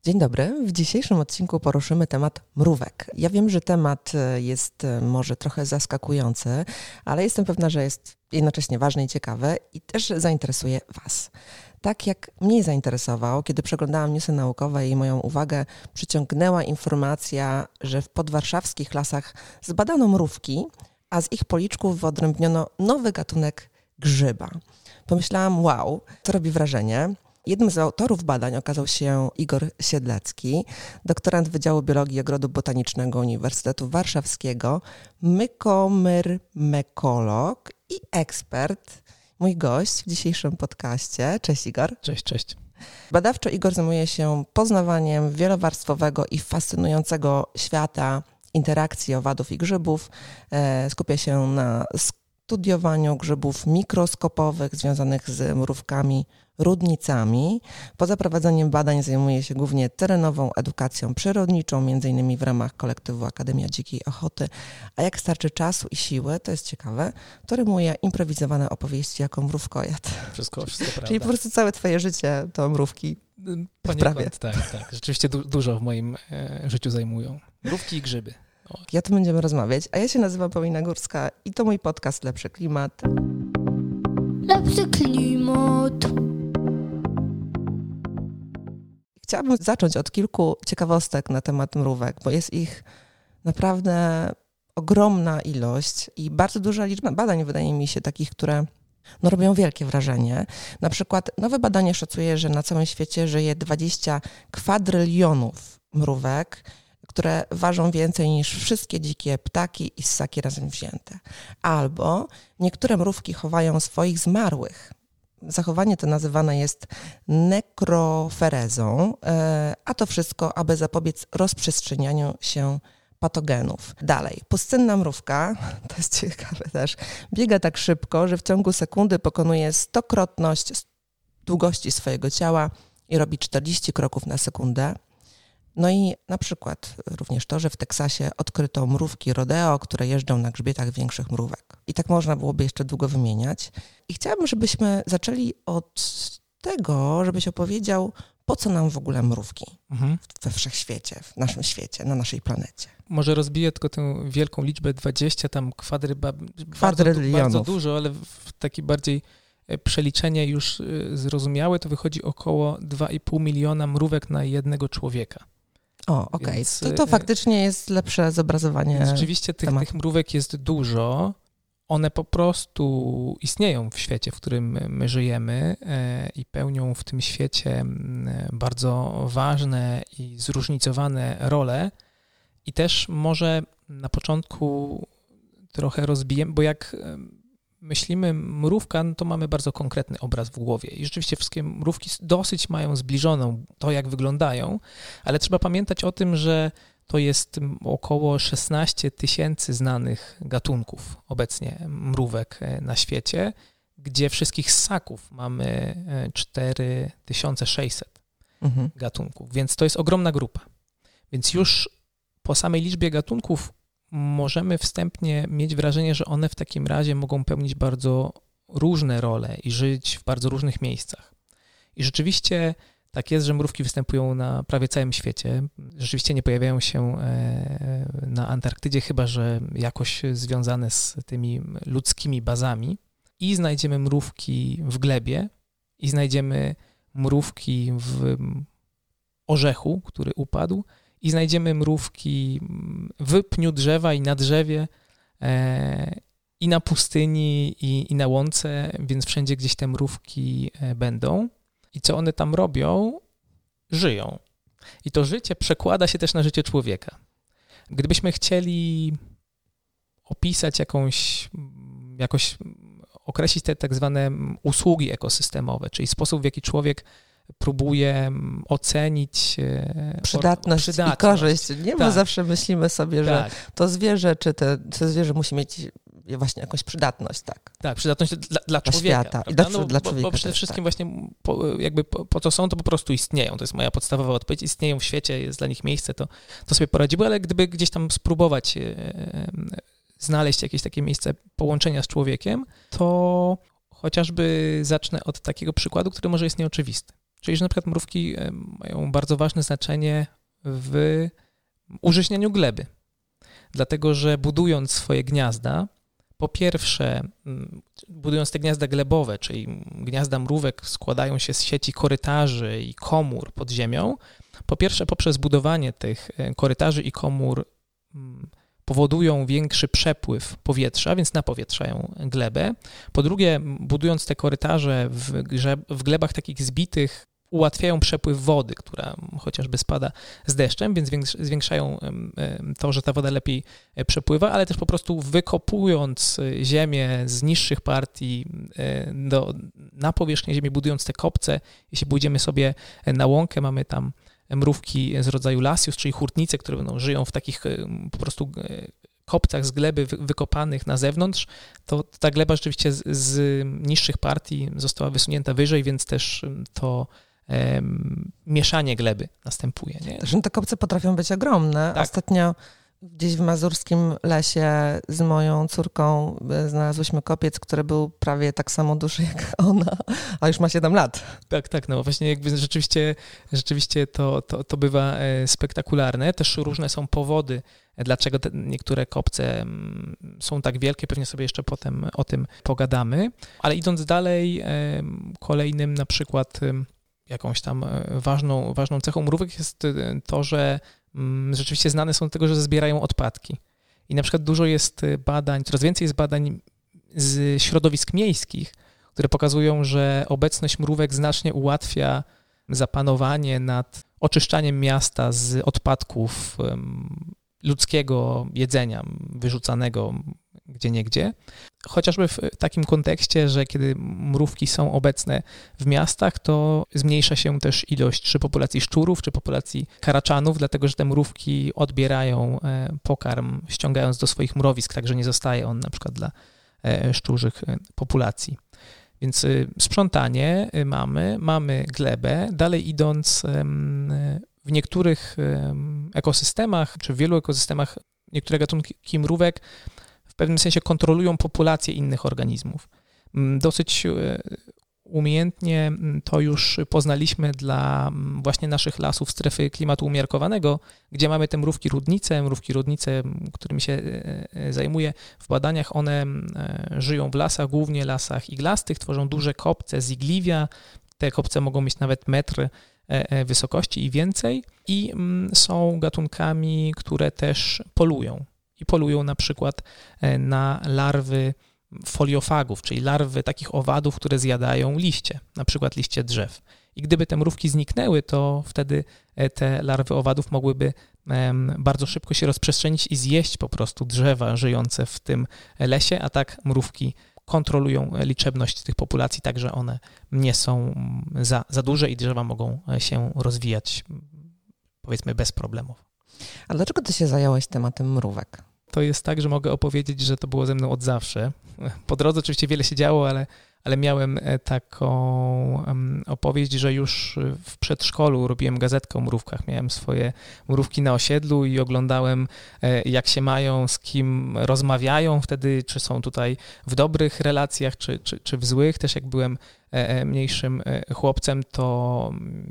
Dzień dobry. W dzisiejszym odcinku poruszymy temat mrówek. Ja wiem, że temat jest może trochę zaskakujący, ale jestem pewna, że jest jednocześnie ważny i ciekawy i też zainteresuje Was. Tak jak mnie zainteresował, kiedy przeglądałam newsy naukowe i moją uwagę przyciągnęła informacja, że w podwarszawskich lasach zbadano mrówki, a z ich policzków wyodrębniono nowy gatunek grzyba. Pomyślałam, wow, to robi wrażenie. Jednym z autorów badań okazał się Igor Siedlecki, doktorant Wydziału Biologii Ogrodu Botanicznego Uniwersytetu Warszawskiego, mykomyrmekolog i ekspert, mój gość w dzisiejszym podcaście. Cześć Igor. Cześć. Badawczo Igor zajmuje się poznawaniem wielowarstwowego i fascynującego świata interakcji owadów i grzybów. Skupia się na studiowaniu grzybów mikroskopowych związanych z mrówkami, rudnicami. Poza prowadzeniem badań zajmuje się głównie terenową edukacją przyrodniczą, m.in. w ramach kolektywu Akademia Dzikiej Ochoty. A jak starczy czasu i siły, to jest ciekawe, to rymuje improwizowane opowieści jako mrówkojad. Wszystko prawda. Czyli po prostu całe twoje życie to mrówki. Prawie. Tak. Rzeczywiście dużo w moim życiu zajmują. Mrówki i grzyby. Ja tu będziemy rozmawiać, a ja się nazywam Paulina Górska i to mój podcast Lepszy Klimat. Lepszy klimat. Chciałabym zacząć od kilku ciekawostek na temat mrówek, bo jest ich naprawdę ogromna ilość i bardzo duża liczba badań, wydaje mi się, takich, które robią wielkie wrażenie. Na przykład nowe badanie szacuje, że na całym świecie żyje 20 kwadrylionów mrówek, które ważą więcej niż wszystkie dzikie ptaki i ssaki razem wzięte. Albo niektóre mrówki chowają swoich zmarłych. Zachowanie to nazywane jest nekroferezą, a to wszystko, aby zapobiec rozprzestrzenianiu się patogenów. Dalej, pustynna mrówka, to jest ciekawe też, biega tak szybko, że w ciągu sekundy pokonuje 100-krotność długości swojego ciała i robi 40 kroków na sekundę. No i na przykład również to, że w Teksasie odkryto mrówki rodeo, które jeżdżą na grzbietach większych mrówek. I tak można byłoby jeszcze długo wymieniać. I chciałabym, żebyśmy zaczęli od tego, żebyś opowiedział, po co nam w ogóle mrówki we wszechświecie, w naszym świecie, na naszej planecie. Może rozbiję tylko tę wielką liczbę 20 tam bardzo dużo, ale w taki bardziej przeliczenie już zrozumiałe, to wychodzi około 2,5 miliona mrówek na jednego człowieka. O, okej. To faktycznie jest lepsze zobrazowanie. Rzeczywiście tych mrówek jest dużo. One po prostu istnieją w świecie, w którym my żyjemy i pełnią w tym świecie bardzo ważne i zróżnicowane role. I też może na początku trochę rozbijemy, bo jak myślimy mrówka, no to mamy bardzo konkretny obraz w głowie. I rzeczywiście wszystkie mrówki dosyć mają zbliżoną to, jak wyglądają, ale trzeba pamiętać o tym, że to jest około 16 tysięcy znanych gatunków obecnie mrówek na świecie, gdzie wszystkich ssaków mamy 4600 gatunków, więc to jest ogromna grupa. Więc już po samej liczbie gatunków możemy wstępnie mieć wrażenie, że one w takim razie mogą pełnić bardzo różne role i żyć w bardzo różnych miejscach. I rzeczywiście tak jest, że mrówki występują na prawie całym świecie. Rzeczywiście nie pojawiają się na Antarktydzie, chyba że jakoś związane z tymi ludzkimi bazami. I znajdziemy mrówki w glebie, i znajdziemy mrówki w orzechu, który upadł, i znajdziemy mrówki w pniu drzewa i na drzewie, i na pustyni, i na łące, więc wszędzie gdzieś te mrówki będą. I co one tam robią? Żyją. I to życie przekłada się też na życie człowieka. Gdybyśmy chcieli opisać jakoś określić te tak zwane usługi ekosystemowe, czyli sposób, w jaki człowiek próbuje ocenić przydatność i korzyść. Nie, bo zawsze myślimy sobie, że to zwierzę, czy to zwierzę musi mieć właśnie jakąś przydatność, tak. Tak, przydatność dla człowieka. Świata. I dla człowieka bo przede wszystkim właśnie po co są, to po prostu istnieją. To jest moja podstawowa odpowiedź. Istnieją w świecie, jest dla nich miejsce, to sobie poradziły, ale gdyby gdzieś tam spróbować znaleźć jakieś takie miejsce połączenia z człowiekiem, to chociażby zacznę od takiego przykładu, który może jest nieoczywisty. Czyli, że na przykład mrówki mają bardzo ważne znaczenie w użyźnianiu gleby. Dlatego, że budując swoje gniazda, po pierwsze, budując te gniazda glebowe, czyli gniazda mrówek składają się z sieci korytarzy i komór pod ziemią. Po pierwsze, poprzez budowanie tych korytarzy i komór powodują większy przepływ powietrza, więc napowietrzają glebę. Po drugie, budując te korytarze w glebach takich zbitych, ułatwiają przepływ wody, która chociażby spada z deszczem, więc zwiększają to, że ta woda lepiej przepływa, ale też po prostu wykopując ziemię z niższych partii na powierzchnię ziemi, budując te kopce, jeśli pójdziemy sobie na łąkę, mamy tam mrówki z rodzaju lasius, czyli hurtnice, które żyją w takich po prostu kopcach z gleby wykopanych na zewnątrz, to ta gleba rzeczywiście z niższych partii została wysunięta wyżej, więc też to mieszanie gleby następuje. Nie? Zresztą te kopce potrafią być ogromne. Tak. Ostatnio gdzieś w mazurskim lesie z moją córką znalazłyśmy kopiec, który był prawie tak samo duży jak ona, a już ma 7 lat. Tak, no właśnie jakby rzeczywiście to bywa spektakularne. Też różne są powody, dlaczego niektóre kopce są tak wielkie, pewnie sobie jeszcze potem o tym pogadamy. Ale idąc dalej, kolejnym na przykład jakąś tam ważną cechą mrówek jest to, że rzeczywiście znane są z tego, że zbierają odpadki. I na przykład dużo jest badań, coraz więcej jest badań z środowisk miejskich, które pokazują, że obecność mrówek znacznie ułatwia zapanowanie nad oczyszczaniem miasta z odpadków ludzkiego jedzenia wyrzucanego gdzieniegdzie. Chociażby w takim kontekście, że kiedy mrówki są obecne w miastach, to zmniejsza się też ilość czy populacji szczurów, czy populacji karaczanów, dlatego że te mrówki odbierają pokarm, ściągając do swoich mrowisk, także nie zostaje on na przykład dla szczurzych populacji. Więc sprzątanie mamy glebę. Dalej idąc, w niektórych ekosystemach, czy w wielu ekosystemach niektóre gatunki mrówek w pewnym sensie kontrolują populację innych organizmów. Dosyć umiejętnie to już poznaliśmy dla właśnie naszych lasów strefy klimatu umiarkowanego, gdzie mamy te mrówki rudnice, którymi się zajmuję w badaniach. One żyją w lasach, głównie lasach iglastych, tworzą duże kopce z igliwia. Te kopce mogą mieć nawet metr wysokości i więcej i są gatunkami, które też polują. I polują na przykład na larwy foliofagów, czyli larwy takich owadów, które zjadają liście, na przykład liście drzew. I gdyby te mrówki zniknęły, to wtedy te larwy owadów mogłyby bardzo szybko się rozprzestrzenić i zjeść po prostu drzewa żyjące w tym lesie, a tak mrówki kontrolują liczebność tych populacji, tak że one nie są za duże i drzewa mogą się rozwijać, powiedzmy, bezproblemowo. A dlaczego ty się zająłeś tematem mrówek? To jest tak, że mogę opowiedzieć, że to było ze mną od zawsze. Po drodze oczywiście wiele się działo, ale miałem taką opowieść, że już w przedszkolu robiłem gazetkę o mrówkach. Miałem swoje mrówki na osiedlu i oglądałem, jak się mają, z kim rozmawiają wtedy, czy są tutaj w dobrych relacjach, czy w złych. Też jak byłem mniejszym chłopcem, to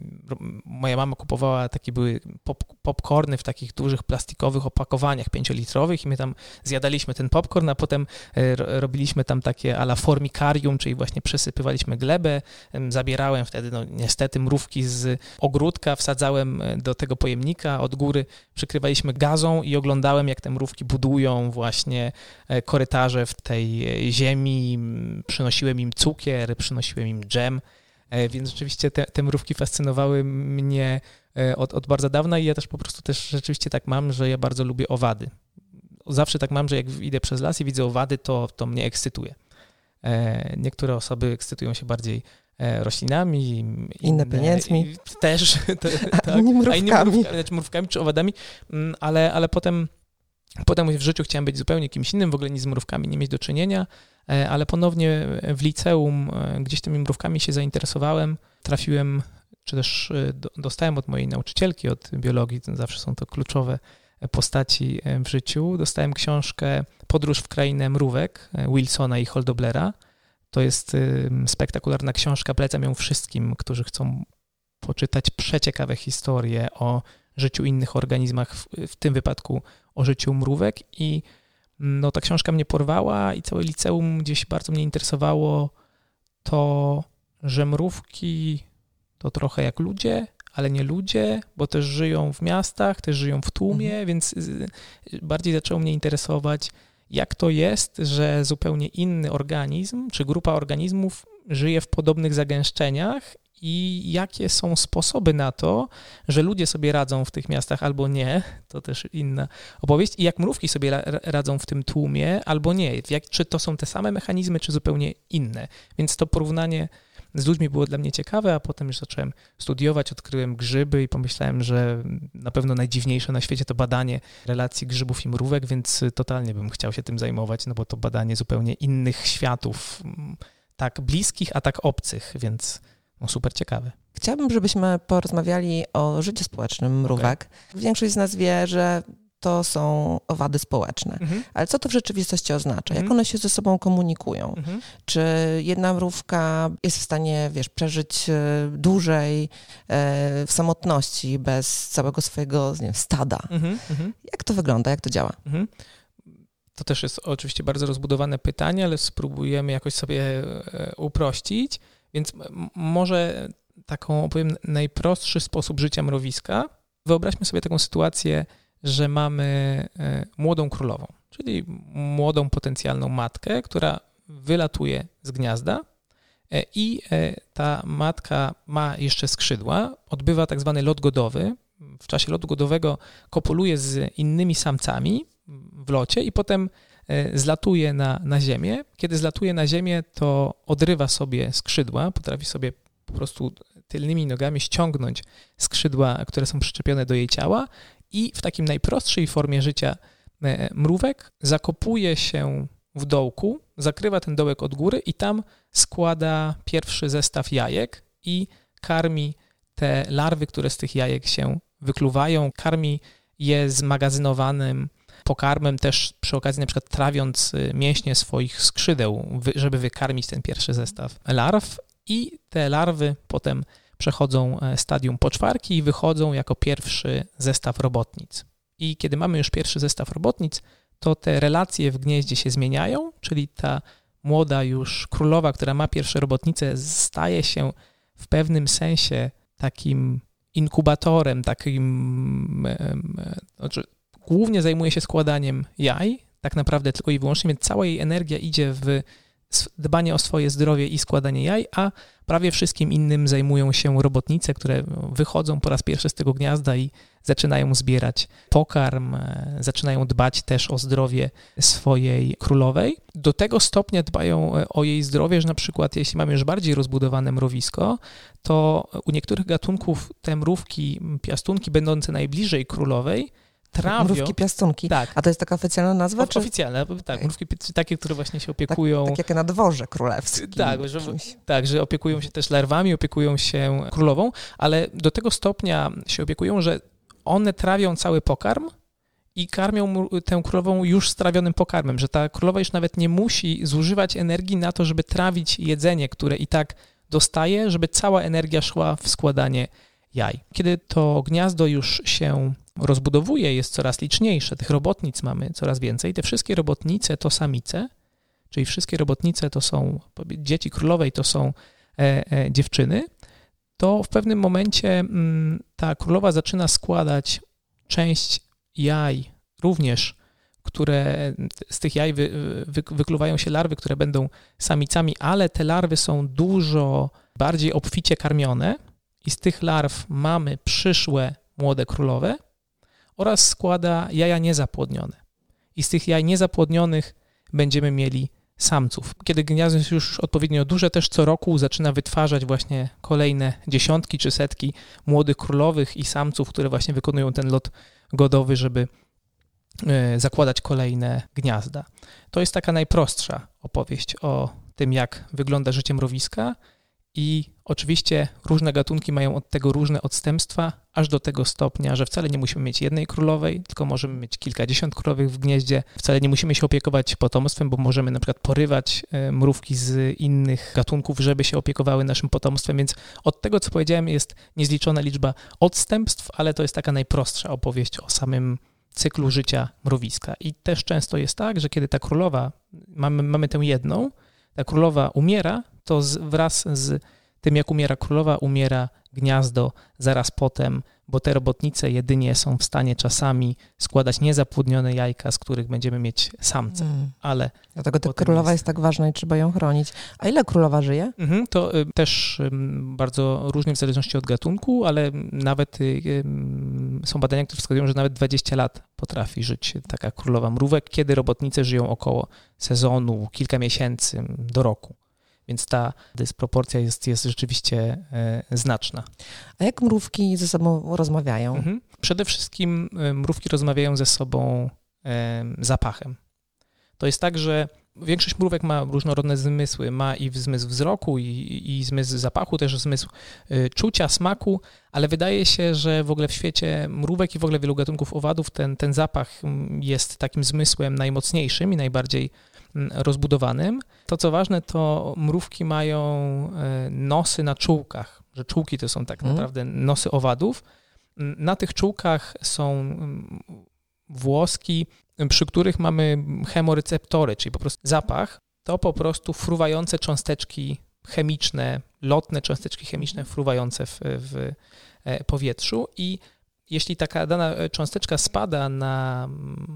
moja mama kupowała takie były popcorny w takich dużych plastikowych opakowaniach 5-litrowych i my tam zjadaliśmy ten popcorn, a potem robiliśmy tam takie a la formikarium, czyli właśnie przesypywaliśmy glebę, zabierałem wtedy niestety mrówki z ogródka, wsadzałem do tego pojemnika, od góry przykrywaliśmy gazą i oglądałem, jak te mrówki budują właśnie korytarze w tej ziemi, przynosiłem im cukier, przynosiłem im dżem, więc rzeczywiście te mrówki fascynowały mnie od bardzo dawna i ja też po prostu też rzeczywiście tak mam, że ja bardzo lubię owady. Zawsze tak mam, że jak idę przez las i widzę owady, to mnie ekscytuje. Niektóre osoby ekscytują się bardziej roślinami, inne pieniędzmi. Też, tak, a inni mrówkami czy owadami, ale potem w życiu chciałem być zupełnie kimś innym, w ogóle nic z mrówkami nie mieć do czynienia, ale ponownie w liceum gdzieś tymi mrówkami się zainteresowałem, trafiłem, czy też dostałem od mojej nauczycielki od biologii, zawsze są to kluczowe postaci w życiu, dostałem książkę Podróż w krainę mrówek Wilsona i Holdoblera. To jest spektakularna książka, polecam ją wszystkim, którzy chcą poczytać przeciekawe historie o życiu innych organizmach, w tym wypadku o życiu mrówek i no, ta książka mnie porwała i całe liceum gdzieś bardzo mnie interesowało to, że mrówki to trochę jak ludzie, ale nie ludzie, bo też żyją w miastach, też żyją w tłumie, więc bardziej zaczęło mnie interesować, jak to jest, że zupełnie inny organizm, czy grupa organizmów żyje w podobnych zagęszczeniach i jakie są sposoby na to, że ludzie sobie radzą w tych miastach albo nie, to też inna opowieść, i jak mrówki sobie radzą w tym tłumie albo nie, czy to są te same mechanizmy, czy zupełnie inne. Więc to porównanie z ludźmi było dla mnie ciekawe, a potem już zacząłem studiować, odkryłem grzyby i pomyślałem, że na pewno najdziwniejsze na świecie to badanie relacji grzybów i mrówek, więc totalnie bym chciał się tym zajmować, no bo to badanie zupełnie innych światów, tak bliskich, a tak obcych, więc no super ciekawe. Chciałabym, żebyśmy porozmawiali o życiu społecznym mrówek. Okay. Większość z nas wie, że to są owady społeczne. Ale co to w rzeczywistości oznacza? Jak one się ze sobą komunikują? Czy jedna mrówka jest w stanie, przeżyć dłużej w samotności, bez całego swojego stada? Jak to wygląda? Jak to działa? To też jest oczywiście bardzo rozbudowane pytanie, ale spróbujemy jakoś sobie uprościć. Więc może taką opowiem najprostszy sposób życia mrowiska. Wyobraźmy sobie taką sytuację, że mamy młodą królową, czyli młodą potencjalną matkę, która wylatuje z gniazda i ta matka ma jeszcze skrzydła, odbywa tak zwany lot godowy. W czasie lotu godowego kopuluje z innymi samcami w locie i potem zlatuje na ziemię. Kiedy zlatuje na ziemię, to odrywa sobie skrzydła, potrafi sobie po prostu tylnymi nogami ściągnąć skrzydła, które są przyczepione do jej ciała i w takim najprostszej formie życia mrówek zakopuje się w dołku, zakrywa ten dołek od góry i tam składa pierwszy zestaw jajek i karmi te larwy, które z tych jajek się wykluwają, karmi je zmagazynowanym pokarmem, też przy okazji na przykład trawiąc mięśnie swoich skrzydeł, żeby wykarmić ten pierwszy zestaw larw i te larwy potem przechodzą stadium poczwarki i wychodzą jako pierwszy zestaw robotnic. I kiedy mamy już pierwszy zestaw robotnic, to te relacje w gnieździe się zmieniają, czyli ta młoda już królowa, która ma pierwsze robotnice, staje się w pewnym sensie takim inkubatorem, głównie zajmuje się składaniem jaj, tak naprawdę tylko i wyłącznie, więc cała jej energia idzie w dbanie o swoje zdrowie i składanie jaj, a prawie wszystkim innym zajmują się robotnice, które wychodzą po raz pierwszy z tego gniazda i zaczynają zbierać pokarm, zaczynają dbać też o zdrowie swojej królowej. Do tego stopnia dbają o jej zdrowie, że na przykład jeśli mamy już bardziej rozbudowane mrowisko, to u niektórych gatunków te mrówki, piastunki będące najbliżej królowej trawią. Mrówki piastunki. Tak. A to jest taka oficjalna nazwa? Oficjalna, tak. Mrówki takie, które właśnie się opiekują... Tak jak na dworze królewskim. Tak, że opiekują się też larwami, opiekują się królową, ale do tego stopnia się opiekują, że one trawią cały pokarm i karmią tę królową już strawionym pokarmem, że ta królowa już nawet nie musi zużywać energii na to, żeby trawić jedzenie, które i tak dostaje, żeby cała energia szła w składanie jaj. Kiedy to gniazdo już się rozbudowuje, jest coraz liczniejsze, tych robotnic mamy coraz więcej, te wszystkie robotnice to samice, czyli wszystkie robotnice to są dzieci królowej, to są dziewczyny, to w pewnym momencie ta królowa zaczyna składać część jaj również, które z tych jaj wykluwają się larwy, które będą samicami, ale te larwy są dużo bardziej obficie karmione i z tych larw mamy przyszłe młode królowe oraz składa jaja niezapłodnione. I z tych jaj niezapłodnionych będziemy mieli samców. Kiedy gniazdo jest już odpowiednio duże, też co roku zaczyna wytwarzać właśnie kolejne dziesiątki czy setki młodych królowych i samców, które właśnie wykonują ten lot godowy, żeby zakładać kolejne gniazda. To jest taka najprostsza opowieść o tym, jak wygląda życie mrowiska I oczywiście różne gatunki mają od tego różne odstępstwa, aż do tego stopnia, że wcale nie musimy mieć jednej królowej, tylko możemy mieć kilkadziesiąt królowych w gnieździe. Wcale nie musimy się opiekować potomstwem, bo możemy na przykład porywać mrówki z innych gatunków, żeby się opiekowały naszym potomstwem, więc od tego, co powiedziałem, jest niezliczona liczba odstępstw, ale to jest taka najprostsza opowieść o samym cyklu życia mrowiska. I też często jest tak, że kiedy ta królowa, mamy tę jedną, ta królowa umiera, to wraz z tym, jak umiera królowa, umiera gniazdo zaraz potem, bo te robotnice jedynie są w stanie czasami składać niezapłodnione jajka, z których będziemy mieć samce. Ale dlatego ta królowa jest tak ważna i trzeba ją chronić. A ile królowa żyje? To też bardzo różnie w zależności od gatunku, ale nawet są badania, które wskazują, że nawet 20 lat potrafi żyć taka królowa mrówek, kiedy robotnice żyją około sezonu, kilka miesięcy do roku. Więc ta dysproporcja jest rzeczywiście znaczna. A jak mrówki ze sobą rozmawiają? Przede wszystkim mrówki rozmawiają ze sobą zapachem. To jest tak, że większość mrówek ma różnorodne zmysły. Ma i zmysł wzroku, i zmysł zapachu, też zmysł czucia, smaku, ale wydaje się, że w ogóle w świecie mrówek i w ogóle wielu gatunków owadów ten zapach jest takim zmysłem najmocniejszym i najbardziej rozbudowanym. To, co ważne, to mrówki mają nosy na czółkach, że czółki to są tak naprawdę nosy owadów. Na tych czółkach są włoski, przy których mamy chemoreceptory, czyli po prostu zapach, to po fruwające cząsteczki chemiczne, lotne cząsteczki chemiczne fruwające w powietrzu i jeśli taka dana cząsteczka spada na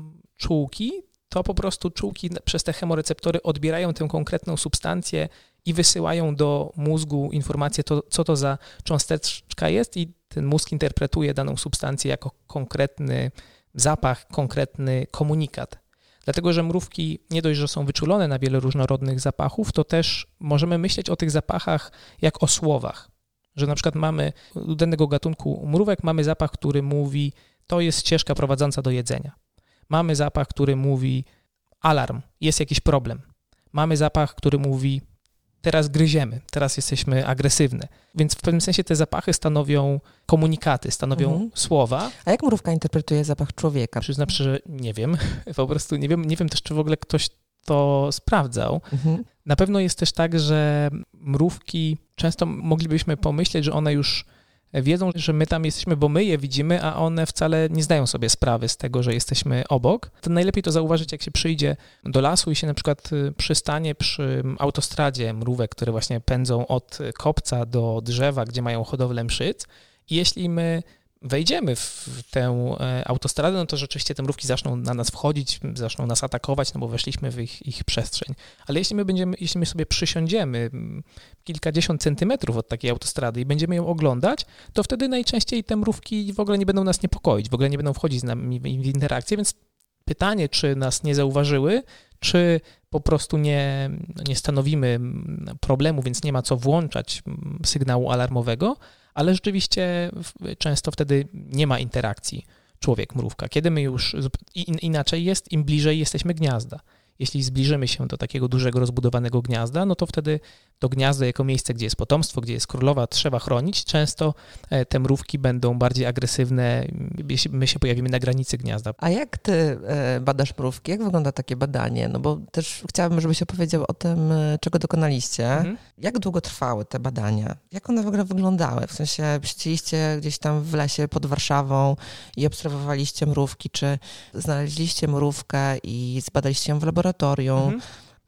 czółki, to po prostu czółki przez te chemoreceptory odbierają tę konkretną substancję i wysyłają do mózgu informację, co to za cząsteczka jest i ten mózg interpretuje daną substancję jako konkretny zapach, konkretny komunikat. Dlatego, że mrówki nie dość, że są wyczulone na wiele różnorodnych zapachów, to też możemy myśleć o tych zapachach jak o słowach. Że na przykład mamy u danego gatunku mrówek mamy zapach, który mówi, to jest ścieżka prowadząca do jedzenia. Mamy zapach, który mówi alarm, jest jakiś problem. Mamy zapach, który mówi teraz gryziemy, teraz jesteśmy agresywne. Więc w pewnym sensie te zapachy stanowią komunikaty, stanowią słowa. A jak mrówka interpretuje zapach człowieka? Przyznam się, że nie wiem, po prostu nie wiem też, czy w ogóle ktoś to sprawdzał. Na pewno jest też tak, że mrówki, często moglibyśmy pomyśleć, że one już wiedzą, że my tam jesteśmy, bo my je widzimy, a one wcale nie zdają sobie sprawy z tego, że jesteśmy obok. To najlepiej to zauważyć, jak się przyjdzie do lasu i się na przykład przystanie przy autostradzie mrówek, które właśnie pędzą od kopca do drzewa, gdzie mają hodowlę mszyc. I jeśli my wejdziemy w tę autostradę, no to rzeczywiście te mrówki zaczną na nas wchodzić, zaczną nas atakować, no bo weszliśmy w ich przestrzeń. Ale jeśli my sobie przysiądziemy kilkadziesiąt centymetrów od takiej autostrady i będziemy ją oglądać, to wtedy najczęściej te mrówki w ogóle nie będą nas niepokoić, w ogóle nie będą wchodzić z nami w interakcję, więc pytanie, czy nas nie zauważyły, czy po prostu nie stanowimy problemu, więc nie ma co włączać sygnału alarmowego, ale rzeczywiście często wtedy nie ma interakcji człowiek-mrówka. Kiedy my już inaczej jest, im bliżej jesteśmy gniazda. Jeśli zbliżymy się do takiego dużego, rozbudowanego gniazda, no to wtedy to gniazdo jako miejsce, gdzie jest potomstwo, gdzie jest królowa, trzeba chronić. Często te mrówki będą bardziej agresywne, jeśli my się pojawimy na granicy gniazda. A jak ty badasz mrówki? Jak wygląda takie badanie? No bo też chciałabym, żebyś opowiedział o tym, czego dokonaliście. Jak długo trwały te badania? Jak one w ogóle wyglądały? W sensie siedzieliście gdzieś tam w lesie pod Warszawą i obserwowaliście mrówki, czy znaleźliście mrówkę i zbadaliście ją w laboratorium?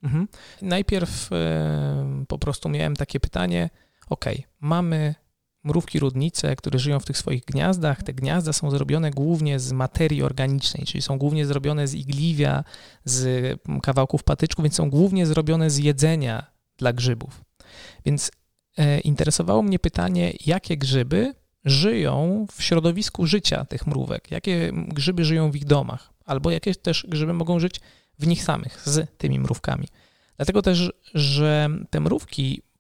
Najpierw po prostu miałem takie pytanie, mamy mrówki rudnice, które żyją w tych swoich gniazdach. Te gniazda są zrobione głównie z materii organicznej, czyli są głównie zrobione z igliwia, z kawałków patyczków, więc są głównie zrobione z jedzenia dla grzybów. Więc interesowało mnie pytanie, jakie grzyby żyją w środowisku życia tych mrówek, jakie grzyby żyją w ich domach, albo jakie też grzyby mogą żyć w nich samych, z tymi mrówkami. Dlatego też, że te mrówki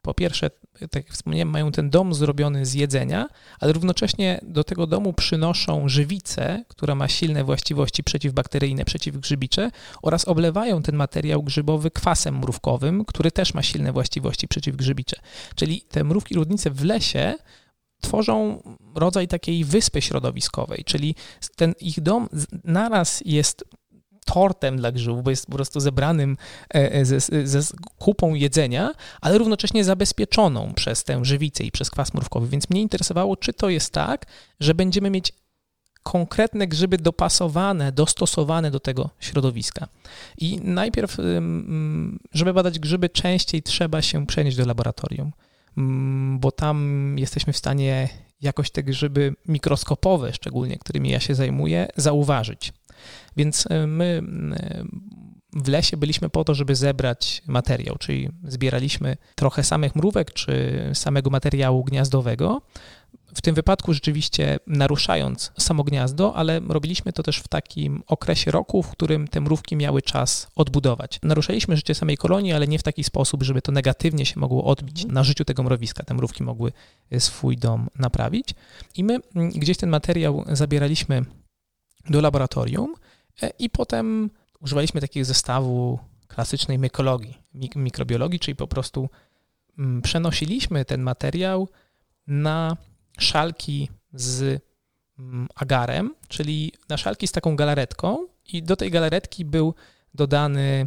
po pierwsze, tak jak wspomniałem, mają ten dom zrobiony z jedzenia, ale równocześnie do tego domu przynoszą żywicę, która ma silne właściwości przeciwbakteryjne, przeciwgrzybicze oraz oblewają ten materiał grzybowy kwasem mrówkowym, który też ma silne właściwości przeciwgrzybicze. Czyli te mrówki rudnice w lesie tworzą rodzaj takiej wyspy środowiskowej, czyli ten ich dom naraz jest tortem dla grzybów, bo jest po prostu zebranym ze kupą jedzenia, ale równocześnie zabezpieczoną przez tę żywicę i przez kwas mrówkowy. Więc mnie interesowało, czy to jest tak, że będziemy mieć konkretne grzyby dostosowane do tego środowiska. I najpierw, żeby badać grzyby, częściej trzeba się przenieść do laboratorium, bo tam jesteśmy w stanie jakoś te grzyby mikroskopowe, szczególnie którymi ja się zajmuję, zauważyć. Więc my w lesie byliśmy po to, żeby zebrać materiał, czyli zbieraliśmy trochę samych mrówek czy samego materiału gniazdowego. W tym wypadku rzeczywiście naruszając samo gniazdo, ale robiliśmy to też w takim okresie roku, w którym te mrówki miały czas odbudować. Naruszaliśmy życie samej kolonii, ale nie w taki sposób, żeby to negatywnie się mogło odbić na życiu tego mrowiska. Te mrówki mogły swój dom naprawić. I my gdzieś ten materiał zabieraliśmy do laboratorium i potem używaliśmy takiego zestawu klasycznej mykologii, mikrobiologii, czyli po prostu przenosiliśmy ten materiał na szalki z agarem, czyli na szalki z taką galaretką i do tej galaretki był dodany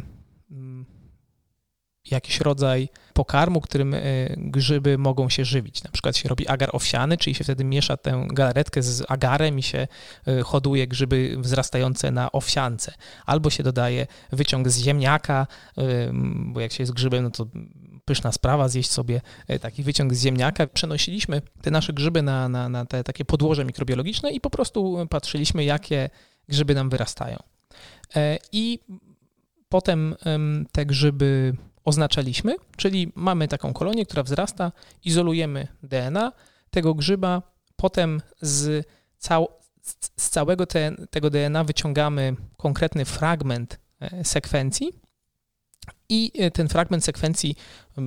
jakiś rodzaj pokarmu, którym grzyby mogą się żywić. Na przykład się robi agar owsiany, czyli się wtedy miesza tę galaretkę z agarem i się hoduje grzyby wzrastające na owsiance. Albo się dodaje wyciąg z ziemniaka, bo jak się jest grzybem, no to pyszna sprawa zjeść sobie taki wyciąg z ziemniaka. Przenosiliśmy te nasze grzyby na te takie podłoże mikrobiologiczne i po prostu patrzyliśmy, jakie grzyby nam wyrastają. I potem te grzyby oznaczaliśmy, czyli mamy taką kolonię, która wzrasta, izolujemy DNA tego grzyba, potem z całego tego DNA wyciągamy konkretny fragment sekwencji i ten fragment sekwencji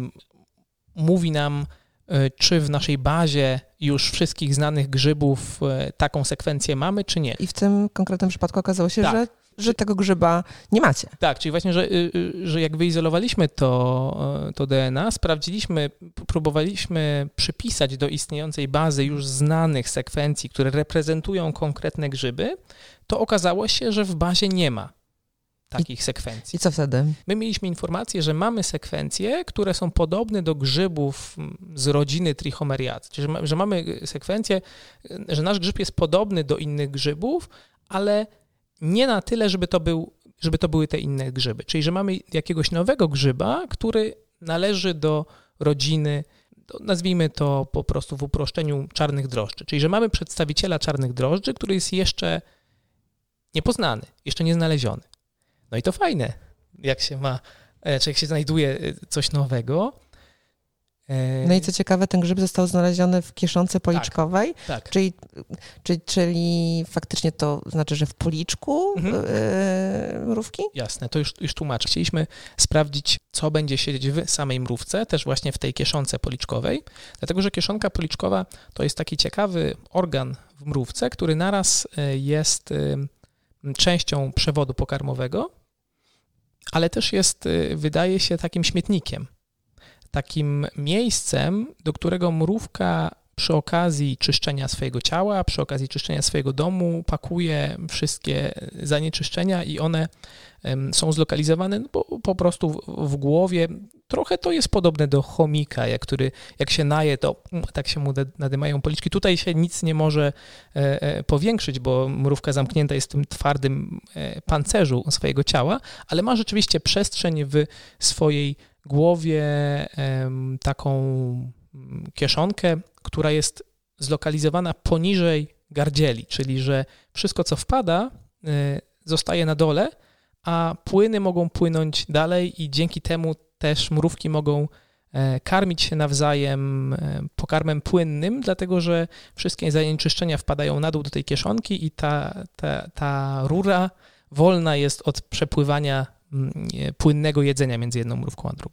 mówi nam, czy w naszej bazie już wszystkich znanych grzybów taką sekwencję mamy, czy nie. I w tym konkretnym przypadku okazało się, tak, że tego grzyba nie macie. Tak, czyli właśnie, że jak wyizolowaliśmy to DNA, próbowaliśmy przypisać do istniejącej bazy już znanych sekwencji, które reprezentują konkretne grzyby, to okazało się, że w bazie nie ma takich sekwencji. I co wtedy? My mieliśmy informację, że mamy sekwencje, które są podobne do grzybów z rodziny Trichomeriaceae, czyli że mamy sekwencję, że nasz grzyb jest podobny do innych grzybów, ale nie na tyle, żeby to były te inne grzyby. Czyli że mamy jakiegoś nowego grzyba, który należy do rodziny, nazwijmy to po prostu w uproszczeniu, czarnych drożdży. Czyli że mamy przedstawiciela czarnych drożdży, który jest jeszcze niepoznany, jeszcze nie znaleziony. No i to fajne, jak się znajduje coś nowego. No i co ciekawe, ten grzyb został znaleziony w kieszonce policzkowej, tak. Czyli faktycznie to znaczy, że w policzku mrówki? Jasne, to już tłumaczę. Chcieliśmy sprawdzić, co będzie siedzieć w samej mrówce, też właśnie w tej kieszonce policzkowej, dlatego że kieszonka policzkowa to jest taki ciekawy organ w mrówce, który naraz jest częścią przewodu pokarmowego, ale też jest, wydaje się, takim śmietnikiem. Takim miejscem, do którego mrówka przy okazji czyszczenia swojego ciała, przy okazji czyszczenia swojego domu pakuje wszystkie zanieczyszczenia i one są zlokalizowane po prostu w głowie. Trochę to jest podobne do chomika, jak się naje, to tak się mu nadymają policzki. Tutaj się nic nie może powiększyć, bo mrówka zamknięta jest w tym twardym pancerzu swojego ciała, ale ma rzeczywiście przestrzeń w swojej głowie, taką kieszonkę, która jest zlokalizowana poniżej gardzieli, czyli że wszystko, co wpada, zostaje na dole, a płyny mogą płynąć dalej i dzięki temu też mrówki mogą karmić się nawzajem pokarmem płynnym, dlatego że wszystkie zanieczyszczenia wpadają na dół do tej kieszonki i ta rura wolna jest od przepływania płynnego jedzenia między jedną mrówką a drugą.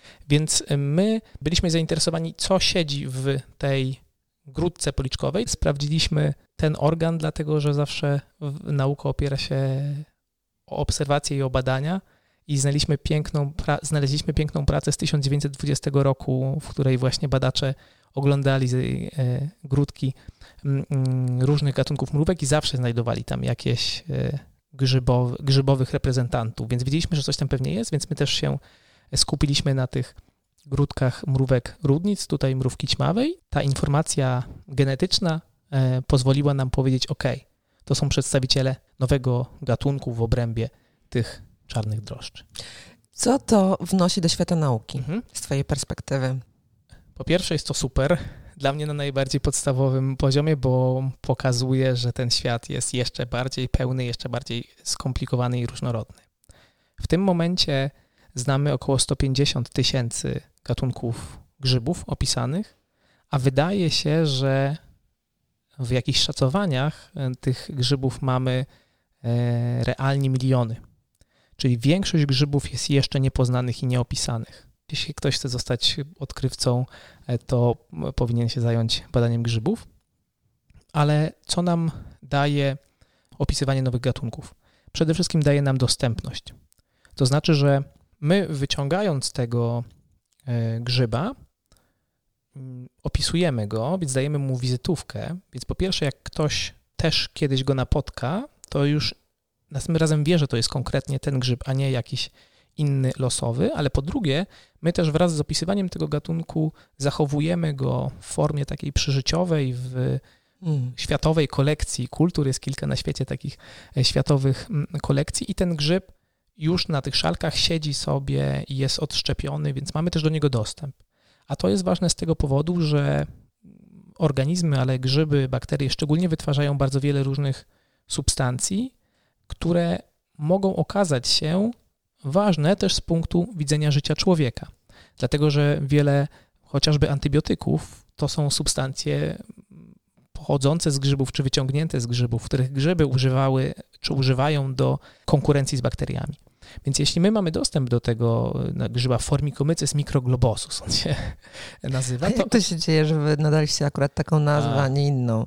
Więc my byliśmy zainteresowani, co siedzi w tej grudce policzkowej. Sprawdziliśmy ten organ, dlatego że zawsze nauka opiera się o obserwacje i o badania i znaleźliśmy piękną pracę z 1920 roku, w której właśnie badacze oglądali grudki różnych gatunków mrówek i zawsze znajdowali tam jakieś grzybowych reprezentantów, więc wiedzieliśmy, że coś tam pewnie jest, więc my też się skupiliśmy na tych grudkach mrówek rudnic, tutaj mrówki ćmawej. Ta informacja genetyczna pozwoliła nam powiedzieć, to są przedstawiciele nowego gatunku w obrębie tych czarnych drożdży. Co to wnosi do świata nauki z twojej perspektywy? Po pierwsze jest to super, dla mnie na najbardziej podstawowym poziomie, bo pokazuje, że ten świat jest jeszcze bardziej pełny, jeszcze bardziej skomplikowany i różnorodny. W tym momencie znamy około 150 000 gatunków grzybów opisanych, a wydaje się, że w jakichś szacowaniach tych grzybów mamy realnie miliony. Czyli większość grzybów jest jeszcze niepoznanych i nieopisanych. Jeśli ktoś chce zostać odkrywcą, to powinien się zająć badaniem grzybów. Ale co nam daje opisywanie nowych gatunków? Przede wszystkim daje nam dostępność. To znaczy, że my wyciągając tego grzyba, opisujemy go, więc dajemy mu wizytówkę, więc po pierwsze jak ktoś też kiedyś go napotka, to już następnym razem wie, że to jest konkretnie ten grzyb, a nie jakiś inny losowy, ale po drugie my też wraz z opisywaniem tego gatunku zachowujemy go w formie takiej przyżyciowej w światowej kolekcji kultur, jest kilka na świecie takich światowych kolekcji i ten grzyb już na tych szalkach siedzi sobie i jest odszczepiony, więc mamy też do niego dostęp. A to jest ważne z tego powodu, że organizmy, ale grzyby, bakterie szczególnie wytwarzają bardzo wiele różnych substancji, które mogą okazać się ważne też z punktu widzenia życia człowieka. Dlatego, że wiele chociażby antybiotyków to są substancje pochodzące z grzybów czy wyciągnięte z grzybów, których grzyby używały czy używają do konkurencji z bakteriami. Więc jeśli my mamy dostęp do tego grzyba Formicomyces microglobosus, on się nazywa. A jak to się dzieje, że wy nadaliście akurat taką nazwę, a nie inną?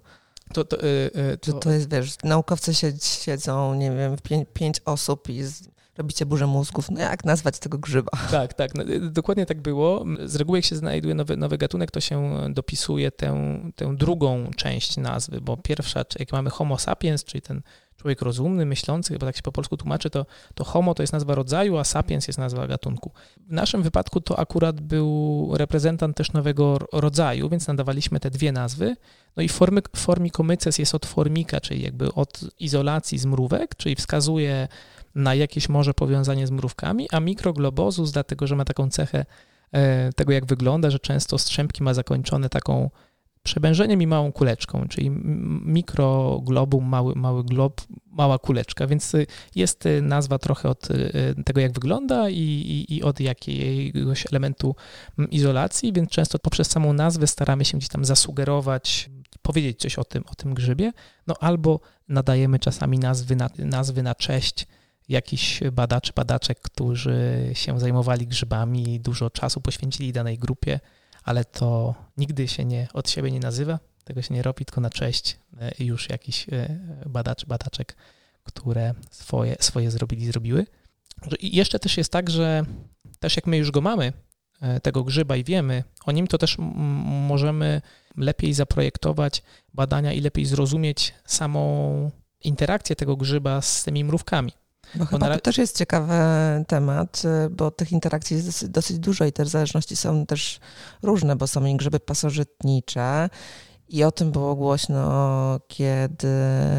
To jest, wiesz, naukowcy siedzą, nie wiem, 5 osób i robicie burzę mózgów. No jak nazwać tego grzyba? Tak, no, dokładnie tak było. Z reguły jak się znajduje nowy gatunek, to się dopisuje tę drugą część nazwy, bo pierwsza, jak mamy Homo sapiens, czyli ten człowiek rozumny, myślący, chyba tak się po polsku tłumaczy, to homo to jest nazwa rodzaju, a sapiens jest nazwa gatunku. W naszym wypadku to akurat był reprezentant też nowego rodzaju, więc nadawaliśmy te dwie nazwy. No i Formicomyces jest od formika, czyli jakby od izolacji z mrówek, czyli wskazuje na jakieś może powiązanie z mrówkami, a microglobosus dlatego, że ma taką cechę tego, jak wygląda, że często strzępki ma zakończone taką przebężeniem i małą kuleczką, czyli mikroglobum, mały glob, mała kuleczka, więc jest nazwa trochę od tego, jak wygląda i od jakiegoś elementu izolacji, więc często poprzez samą nazwę staramy się gdzieś tam zasugerować, powiedzieć coś o tym grzybie, no albo nadajemy czasami nazwy na cześć jakichś badaczek, którzy się zajmowali grzybami i dużo czasu poświęcili danej grupie, ale to nigdy się od siebie nie nazywa, tego się nie robi, tylko na cześć już jakiś badaczek, które swoje zrobiły. I jeszcze też jest tak, że też jak my już go mamy, tego grzyba i wiemy o nim, to też możemy lepiej zaprojektować badania i lepiej zrozumieć samą interakcję tego grzyba z tymi mrówkami. Bo chyba to też jest ciekawy temat, bo tych interakcji jest dosyć dużo i te zależności są też różne, bo są i grzyby pasożytnicze i o tym było głośno, kiedy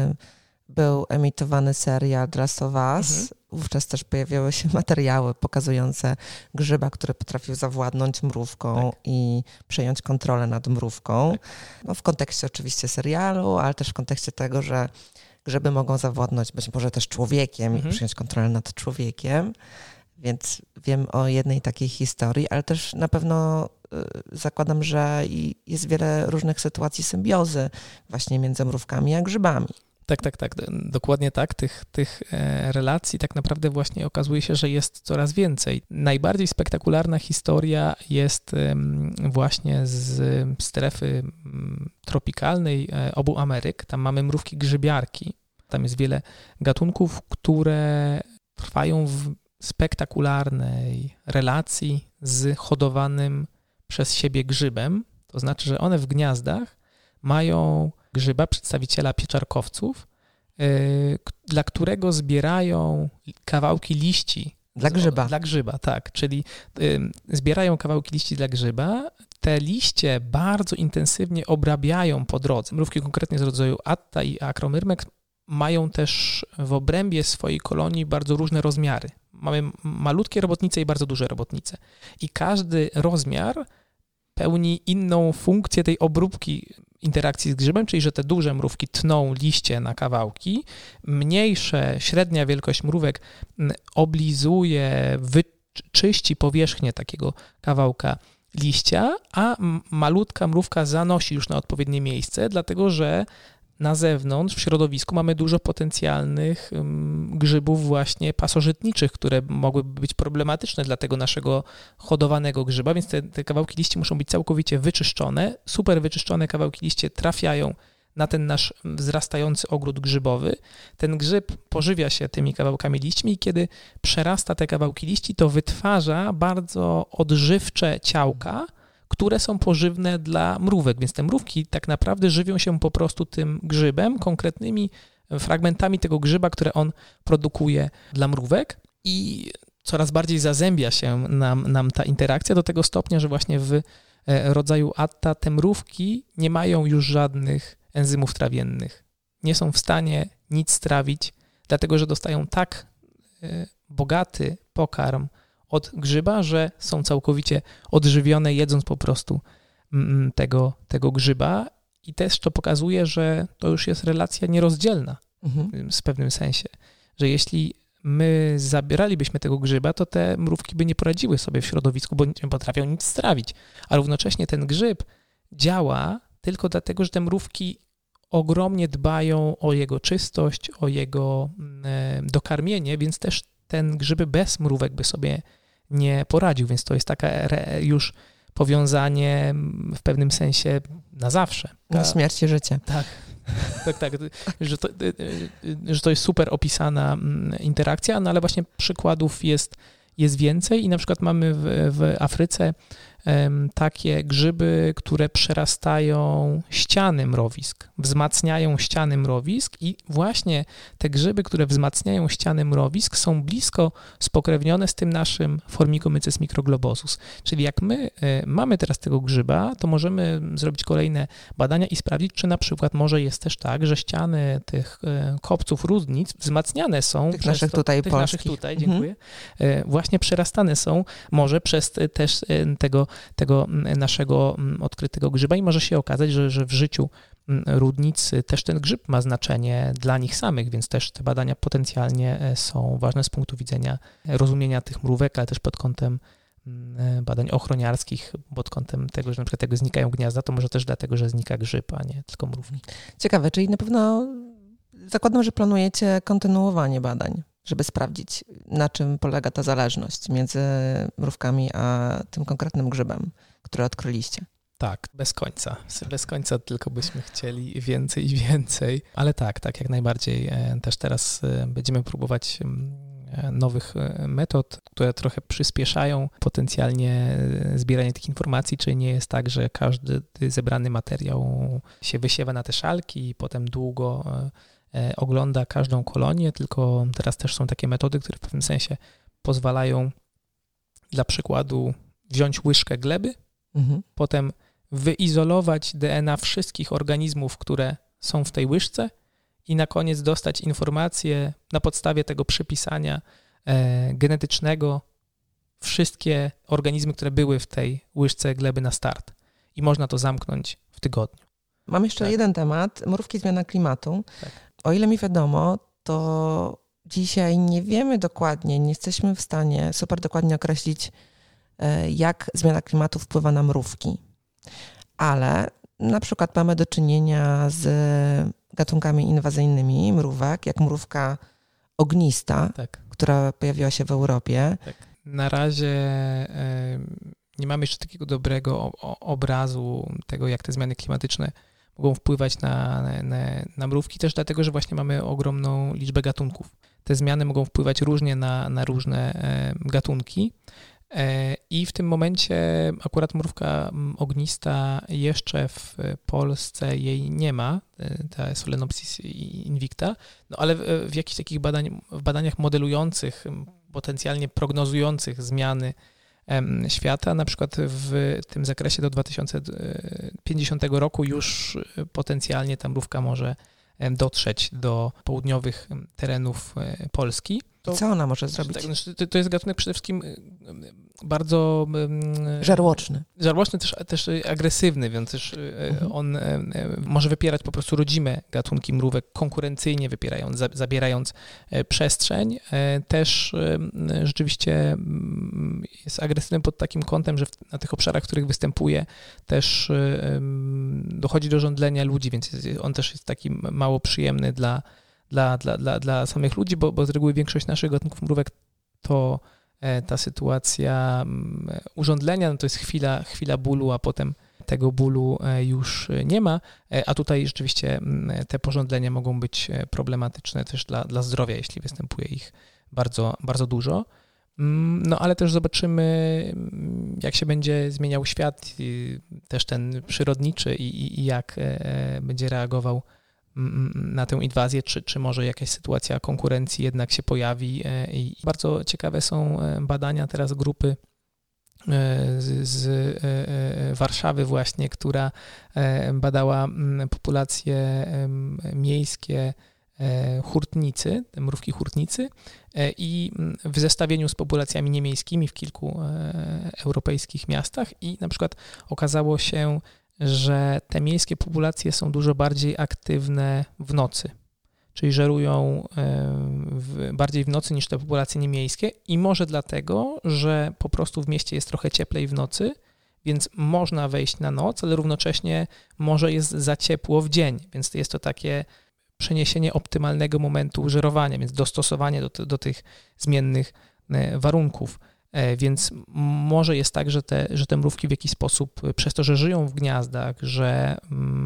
był emitowany serial The Last of Us. Wówczas też pojawiały się materiały pokazujące grzyba, który potrafił zawładnąć mrówką i przejąć kontrolę nad mrówką. No, w kontekście oczywiście serialu, ale też w kontekście tego, że grzyby mogą zawładnąć być może też człowiekiem i przyjąć kontrolę nad człowiekiem, więc wiem o jednej takiej historii, ale też na pewno zakładam, że jest wiele różnych sytuacji symbiozy właśnie między mrówkami a grzybami. Tak. Dokładnie tak. Tych relacji tak naprawdę właśnie okazuje się, że jest coraz więcej. Najbardziej spektakularna historia jest właśnie z strefy tropikalnej obu Ameryk. Tam mamy mrówki grzybiarki. Tam jest wiele gatunków, które trwają w spektakularnej relacji z hodowanym przez siebie grzybem. To znaczy, że one w gniazdach mają grzyba, przedstawiciela pieczarkowców, dla którego zbierają kawałki liści. Dla grzyba. Dla grzyba, tak. Czyli zbierają kawałki liści dla grzyba. Te liście bardzo intensywnie obrabiają po drodze. Mrówki konkretnie z rodzaju Atta i Acromyrmex mają też w obrębie swojej kolonii bardzo różne rozmiary. Mamy malutkie robotnice i bardzo duże robotnice. I każdy rozmiar pełni inną funkcję tej obróbki interakcji z grzybem, czyli że te duże mrówki tną liście na kawałki, mniejsze, średnia wielkość mrówek oblizuje, czyści powierzchnię takiego kawałka liścia, a malutka mrówka zanosi już na odpowiednie miejsce, dlatego że na zewnątrz, w środowisku mamy dużo potencjalnych grzybów właśnie pasożytniczych, które mogłyby być problematyczne dla tego naszego hodowanego grzyba, więc te kawałki liści muszą być całkowicie wyczyszczone. Super wyczyszczone kawałki liście trafiają na ten nasz wzrastający ogród grzybowy. Ten grzyb pożywia się tymi kawałkami liśćmi i kiedy przerasta te kawałki liści, to wytwarza bardzo odżywcze ciałka, które są pożywne dla mrówek, więc te mrówki tak naprawdę żywią się po prostu tym grzybem, konkretnymi fragmentami tego grzyba, które on produkuje dla mrówek i coraz bardziej zazębia się nam ta interakcja do tego stopnia, że właśnie w rodzaju Atta te mrówki nie mają już żadnych enzymów trawiennych. Nie są w stanie nic strawić, dlatego że dostają tak bogaty pokarm od grzyba, że są całkowicie odżywione, jedząc po prostu tego grzyba. I też to pokazuje, że to już jest relacja nierozdzielna w pewnym sensie, że jeśli my zabieralibyśmy tego grzyba, to te mrówki by nie poradziły sobie w środowisku, bo nie potrafią nic strawić. A równocześnie ten grzyb działa tylko dlatego, że te mrówki ogromnie dbają o jego czystość, o jego dokarmienie, więc też ten grzyb bez mrówek by sobie nie poradził, więc to jest takie już powiązanie w pewnym sensie na zawsze. Na śmierć i życie. Tak. Że to jest super opisana interakcja, no ale właśnie przykładów jest więcej i na przykład mamy w Afryce takie grzyby, które przerastają ściany mrowisk, wzmacniają ściany mrowisk i właśnie te grzyby, które wzmacniają ściany mrowisk są blisko spokrewnione z tym naszym Formicomyces microglobosus. Czyli jak my mamy teraz tego grzyba, to możemy zrobić kolejne badania i sprawdzić, czy na przykład może jest też tak, że ściany tych kopców ródnic wzmacniane są tych naszych tutaj tych polskich. Naszych tutaj, dziękuję. Właśnie przerastane są może przez też tego naszego odkrytego grzyba i może się okazać, że w życiu ródnicy też ten grzyb ma znaczenie dla nich samych, więc też te badania potencjalnie są ważne z punktu widzenia rozumienia tych mrówek, ale też pod kątem badań ochroniarskich, pod kątem tego, że na przykład tego znikają gniazda, to może też dlatego, że znika grzyb, a nie tylko mrówki. Ciekawe, czyli na pewno zakładam, że planujecie kontynuowanie badań, żeby sprawdzić, na czym polega ta zależność między mrówkami a tym konkretnym grzybem, który odkryliście. Tak, bez końca. Bez końca tylko byśmy chcieli więcej i więcej. Ale tak jak najbardziej. Też teraz będziemy próbować nowych metod, które trochę przyspieszają potencjalnie zbieranie tych informacji, czyli nie jest tak, że każdy zebrany materiał się wysiewa na te szalki i potem długo ogląda każdą kolonię, tylko teraz też są takie metody, które w pewnym sensie pozwalają dla przykładu wziąć łyżkę gleby, potem wyizolować DNA wszystkich organizmów, które są w tej łyżce i na koniec dostać informację na podstawie tego przypisania genetycznego wszystkie organizmy, które były w tej łyżce gleby na start. I można to zamknąć w tygodniu. Mam jeszcze jeden temat. Mrówki, zmiana klimatu. Tak. O ile mi wiadomo, to dzisiaj nie wiemy dokładnie, nie jesteśmy w stanie super dokładnie określić, jak zmiana klimatu wpływa na mrówki. Ale na przykład mamy do czynienia z gatunkami inwazyjnymi mrówek, jak mrówka ognista, Tak. która pojawiła się w Europie. Tak. Na razie nie mamy jeszcze takiego dobrego obrazu tego, jak te zmiany klimatyczne mogą wpływać na mrówki, też dlatego, że właśnie mamy ogromną liczbę gatunków. Te zmiany mogą wpływać różnie na różne gatunki i w tym momencie akurat mrówka ognista jeszcze w Polsce jej nie ma, ta Solenopsis invicta, no ale w jakichś takich badaniach modelujących, potencjalnie prognozujących zmiany świata, na przykład w tym zakresie do 2050 roku już potencjalnie ta mrówka może dotrzeć do południowych terenów Polski. Co ona może zrobić? To jest gatunek przede wszystkim bardzo żarłoczny, też agresywny, więc też on może wypierać po prostu rodzime gatunki mrówek, konkurencyjnie zabierając przestrzeń. Też rzeczywiście jest agresywny pod takim kątem, że na tych obszarach, w których występuje, też dochodzi do żądlenia ludzi, więc on też jest taki mało przyjemny dla samych ludzi, bo z reguły większość naszych gatunków mrówek to ta sytuacja urządlenia, no to jest chwila bólu, a potem tego bólu już nie ma, a tutaj rzeczywiście te pożądlenia mogą być problematyczne też dla zdrowia, jeśli występuje ich bardzo, bardzo dużo. No ale też zobaczymy, jak się będzie zmieniał świat, też ten przyrodniczy i jak będzie reagował na tę inwazję, czy może jakaś sytuacja konkurencji jednak się pojawi. I bardzo ciekawe są badania teraz grupy z Warszawy właśnie, która badała populacje miejskie hurtnicy, mrówki hurtnicy i w zestawieniu z populacjami niemiejskimi w kilku europejskich miastach i na przykład okazało się, że te miejskie populacje są dużo bardziej aktywne w nocy, czyli żerują bardziej w nocy niż te populacje niemiejskie i może dlatego, że po prostu w mieście jest trochę cieplej w nocy, więc można wejść na noc, ale równocześnie może jest za ciepło w dzień, więc jest to takie przeniesienie optymalnego momentu żerowania, więc dostosowanie do tych zmiennych warunków. Więc może jest tak, że te mrówki w jakiś sposób, przez to, że żyją w gniazdach, że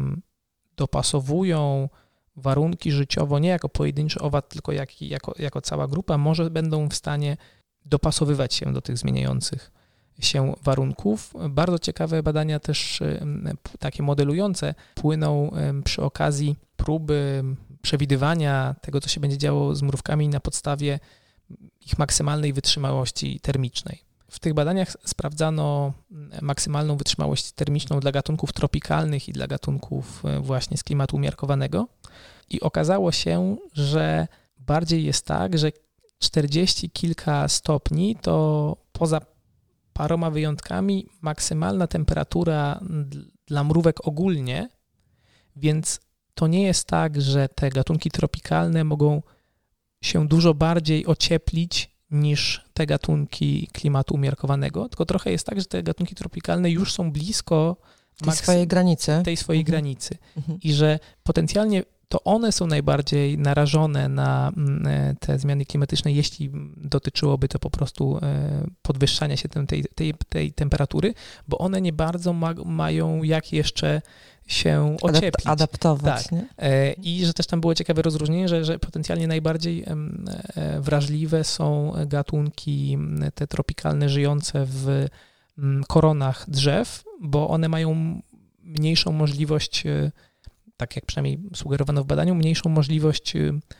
dopasowują warunki życiowo nie jako pojedynczy owad, tylko jako cała grupa, może będą w stanie dopasowywać się do tych zmieniających się warunków. Bardzo ciekawe badania też takie modelujące płyną przy okazji próby przewidywania tego, co się będzie działo z mrówkami na podstawie ich maksymalnej wytrzymałości termicznej. W tych badaniach sprawdzano maksymalną wytrzymałość termiczną dla gatunków tropikalnych i dla gatunków właśnie z klimatu umiarkowanego i okazało się, że bardziej jest tak, że 40 kilka stopni to poza paroma wyjątkami maksymalna temperatura dla mrówek ogólnie, więc to nie jest tak, że te gatunki tropikalne mogą się dużo bardziej ocieplić niż te gatunki klimatu umiarkowanego, tylko trochę jest tak, że te gatunki tropikalne już są blisko tej swojej granicy i że potencjalnie to one są najbardziej narażone na te zmiany klimatyczne, jeśli dotyczyłoby to po prostu podwyższania się tej temperatury, bo one nie bardzo mają jak jeszcze się ocieplić. Adaptować. Tak. Nie? I że też tam było ciekawe rozróżnienie, że potencjalnie najbardziej wrażliwe są gatunki te tropikalne żyjące w koronach drzew, bo one mają mniejszą możliwość, tak jak przynajmniej sugerowano w badaniu, mniejszą możliwość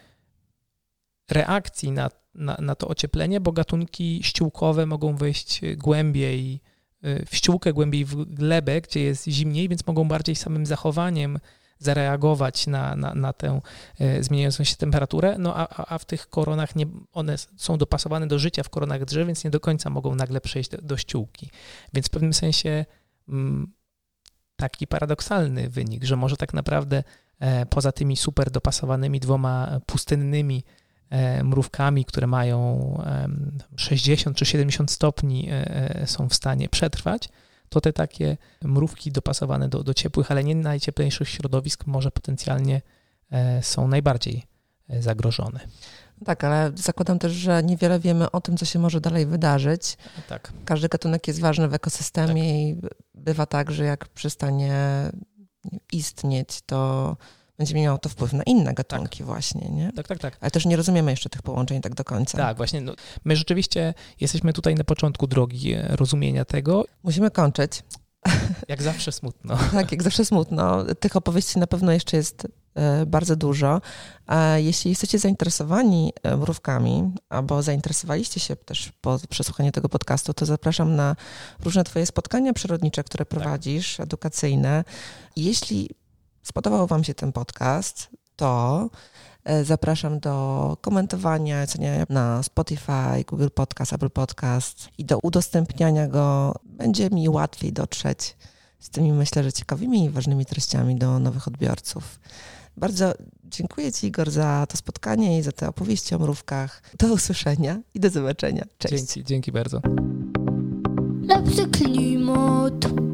reakcji na to ocieplenie, bo gatunki ściółkowe mogą wejść głębiej w ściółkę, głębiej w glebę, gdzie jest zimniej, więc mogą bardziej samym zachowaniem zareagować na tę zmieniającą się temperaturę, no a w tych koronach one są dopasowane do życia w koronach drzew, więc nie do końca mogą nagle przejść do ściółki. Więc w pewnym sensie taki paradoksalny wynik, że może tak naprawdę poza tymi super dopasowanymi dwoma pustynnymi mrówkami, które mają 60 czy 70 stopni są w stanie przetrwać, to te takie mrówki dopasowane do ciepłych, ale nie najcieplejszych środowisk może potencjalnie są najbardziej zagrożone. Tak, ale zakładam też, że niewiele wiemy o tym, co się może dalej wydarzyć. Tak. Każdy gatunek jest ważny w ekosystemie i bywa tak, że jak przestanie istnieć, to będzie miało to wpływ na inne gatunki właśnie, nie? Tak. Ale też nie rozumiemy jeszcze tych połączeń tak do końca. Tak, właśnie. My rzeczywiście jesteśmy tutaj na początku drogi rozumienia tego. Musimy kończyć. Jak zawsze smutno. Tak, jak zawsze smutno. Tych opowieści na pewno jeszcze jest bardzo dużo. Jeśli jesteście zainteresowani mrówkami, albo zainteresowaliście się też po przesłuchaniu tego podcastu, to zapraszam na różne twoje spotkania przyrodnicze, które prowadzisz, edukacyjne. Jeśli spodobał wam się ten podcast, to zapraszam do komentowania, oceniania na Spotify, Google Podcast, Apple Podcast i do udostępniania go. Będzie mi łatwiej dotrzeć z tymi, myślę, że ciekawymi i ważnymi treściami do nowych odbiorców. Bardzo dziękuję ci, Igor, za to spotkanie i za te opowieści o mrówkach. Do usłyszenia i do zobaczenia. Cześć. Dzięki bardzo. Lepszy klimat.